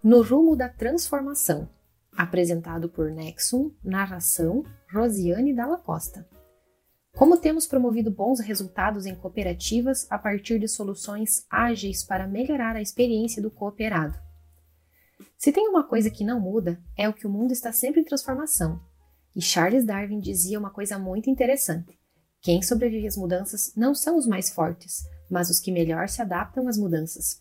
No rumo da transformação, apresentado por Nexum, narração Rosiane Dalla Costa. Como temos promovido bons resultados em cooperativas a partir de soluções ágeis para melhorar a experiência do cooperado. Se tem uma coisa que não muda, é o que o mundo está sempre em transformação. E Charles Darwin dizia uma coisa muito interessante. Quem sobrevive às mudanças não são os mais fortes, mas os que melhor se adaptam às mudanças.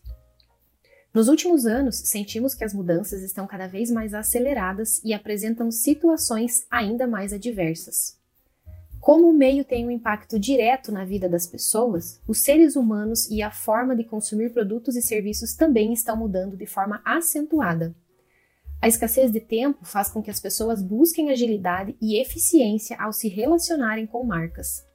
Nos últimos anos, sentimos que as mudanças estão cada vez mais aceleradas e apresentam situações ainda mais adversas. Como o meio tem um impacto direto na vida das pessoas, os seres humanos e a forma de consumir produtos e serviços também estão mudando de forma acentuada. A escassez de tempo faz com que as pessoas busquem agilidade e eficiência ao se relacionarem com marcas.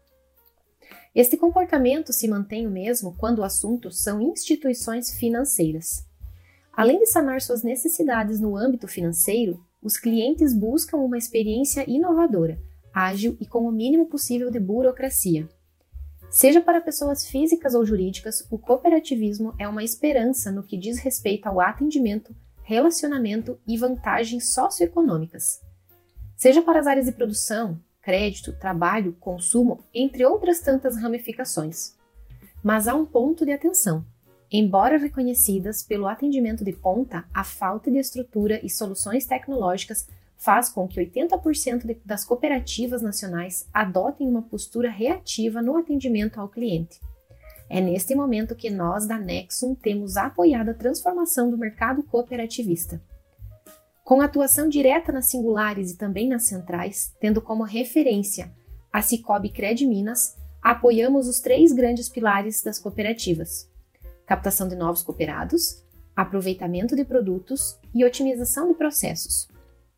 Este comportamento se mantém o mesmo quando o assunto são instituições financeiras. Além de sanar suas necessidades no âmbito financeiro, os clientes buscam uma experiência inovadora, ágil e com o mínimo possível de burocracia. Seja para pessoas físicas ou jurídicas, o cooperativismo é uma esperança no que diz respeito ao atendimento, relacionamento e vantagens socioeconômicas. Seja para as áreas de produção, crédito, trabalho, consumo, entre outras tantas ramificações. Mas há um ponto de atenção. Embora reconhecidas pelo atendimento de ponta, a falta de estrutura e soluções tecnológicas faz com que 80% das cooperativas nacionais adotem uma postura reativa no atendimento ao cliente. É neste momento que nós, da Nexum, temos apoiado a transformação do mercado cooperativista. Com atuação direta nas singulares e também nas centrais, tendo como referência a Cicobi Cred Minas, apoiamos os 3 grandes pilares das cooperativas: captação de novos cooperados, aproveitamento de produtos e otimização de processos.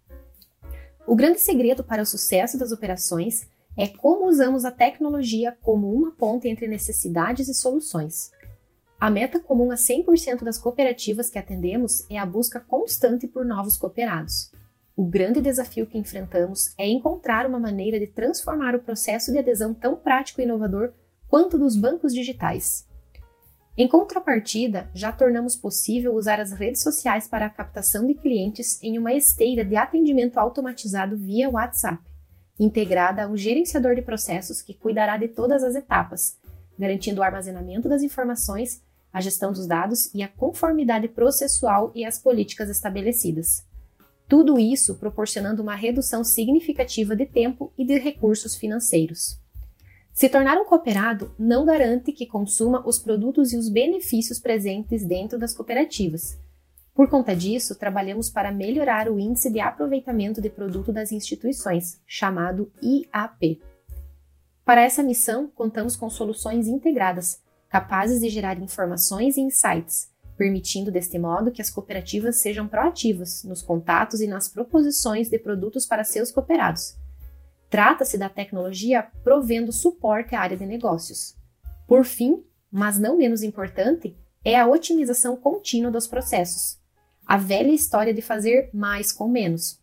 O grande segredo para o sucesso das operações é como usamos a tecnologia como uma ponte entre necessidades e soluções. A meta comum a 100% das cooperativas que atendemos é a busca constante por novos cooperados. O grande desafio que enfrentamos é encontrar uma maneira de transformar o processo de adesão tão prático e inovador quanto dos bancos digitais. Em contrapartida, já tornamos possível usar as redes sociais para a captação de clientes em uma esteira de atendimento automatizado via WhatsApp, integrada a um gerenciador de processos que cuidará de todas as etapas, garantindo o armazenamento das informações, a gestão dos dados e a conformidade processual e as políticas estabelecidas. Tudo isso proporcionando uma redução significativa de tempo e de recursos financeiros. Se tornar um cooperado não garante que consuma os produtos e os benefícios presentes dentro das cooperativas. Por conta disso, trabalhamos para melhorar o índice de aproveitamento de produto das instituições, chamado IAP. Para essa missão, contamos com soluções integradas, capazes de gerar informações e insights, permitindo deste modo que as cooperativas sejam proativas nos contatos e nas proposições de produtos para seus cooperados. Trata-se da tecnologia provendo suporte à área de negócios. Por fim, mas não menos importante, é a otimização contínua dos processos. A velha história de fazer mais com menos.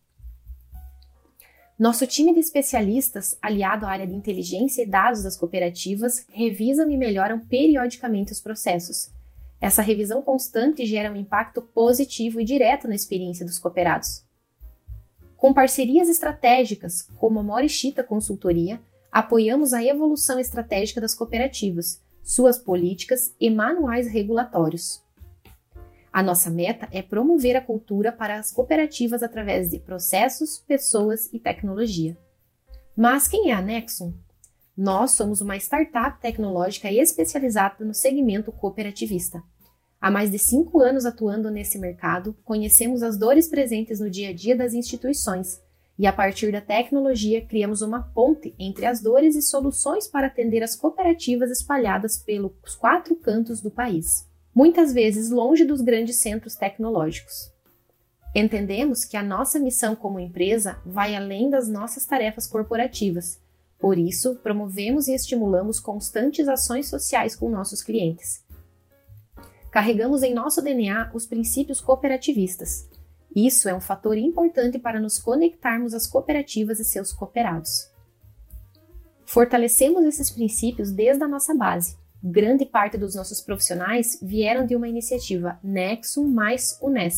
Nosso time de especialistas, aliado à área de inteligência e dados das cooperativas, revisam e melhoram periodicamente os processos. Essa revisão constante gera um impacto positivo e direto na experiência dos cooperados. Com parcerias estratégicas, como a Morishita Consultoria, apoiamos a evolução estratégica das cooperativas, suas políticas e manuais regulatórios. A nossa meta é promover a cultura para as cooperativas através de processos, pessoas e tecnologia. Mas quem é a Nexum? Nós somos uma startup tecnológica especializada no segmento cooperativista. Há mais de 5 anos atuando nesse mercado, conhecemos as dores presentes no dia a dia das instituições e, a partir da tecnologia, criamos uma ponte entre as dores e soluções para atender as cooperativas espalhadas pelos 4 cantos do país, muitas vezes longe dos grandes centros tecnológicos. Entendemos que a nossa missão como empresa vai além das nossas tarefas corporativas. Por isso, promovemos e estimulamos constantes ações sociais com nossos clientes. Carregamos em nosso DNA os princípios cooperativistas. Isso é um fator importante para nos conectarmos às cooperativas e seus cooperados. Fortalecemos esses princípios desde a nossa base. Grande parte dos nossos profissionais vieram de uma iniciativa Nexum mais Unesp,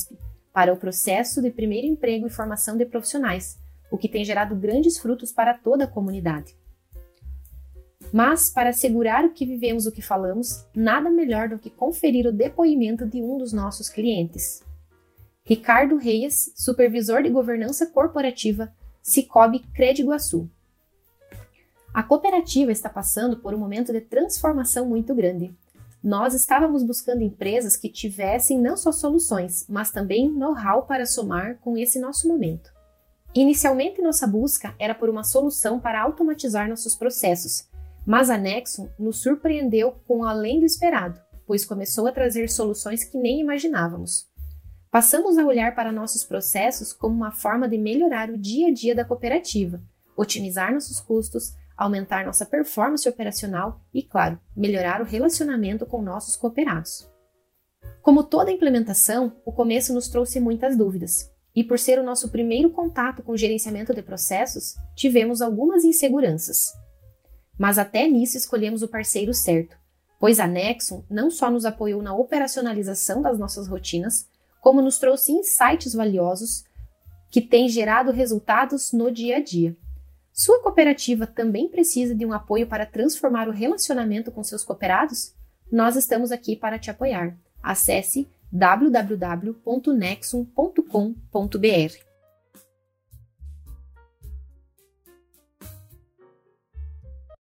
para o processo de primeiro emprego e formação de profissionais, o que tem gerado grandes frutos para toda a comunidade. Mas, para assegurar o que vivemos, o que falamos, nada melhor do que conferir o depoimento de um dos nossos clientes. Ricardo Reis, supervisor de governança corporativa, Sicoob Crediguaçu. A cooperativa está passando por um momento de transformação muito grande. Nós estávamos buscando empresas que tivessem não só soluções, mas também know-how para somar com esse nosso momento. Inicialmente, nossa busca era por uma solução para automatizar nossos processos, mas a Nexum nos surpreendeu com além do esperado, pois começou a trazer soluções que nem imaginávamos. Passamos a olhar para nossos processos como uma forma de melhorar o dia a dia da cooperativa, otimizar nossos custos, aumentar nossa performance operacional e, claro, melhorar o relacionamento com nossos cooperados. Como toda implementação, o começo nos trouxe muitas dúvidas, e por ser o nosso primeiro contato com o gerenciamento de processos, tivemos algumas inseguranças. Mas até nisso escolhemos o parceiro certo, pois a Nexum não só nos apoiou na operacionalização das nossas rotinas, como nos trouxe insights valiosos que têm gerado resultados no dia a dia. Sua cooperativa também precisa de um apoio para transformar o relacionamento com seus cooperados? Nós estamos aqui para te apoiar. Acesse www.nexum.com.br.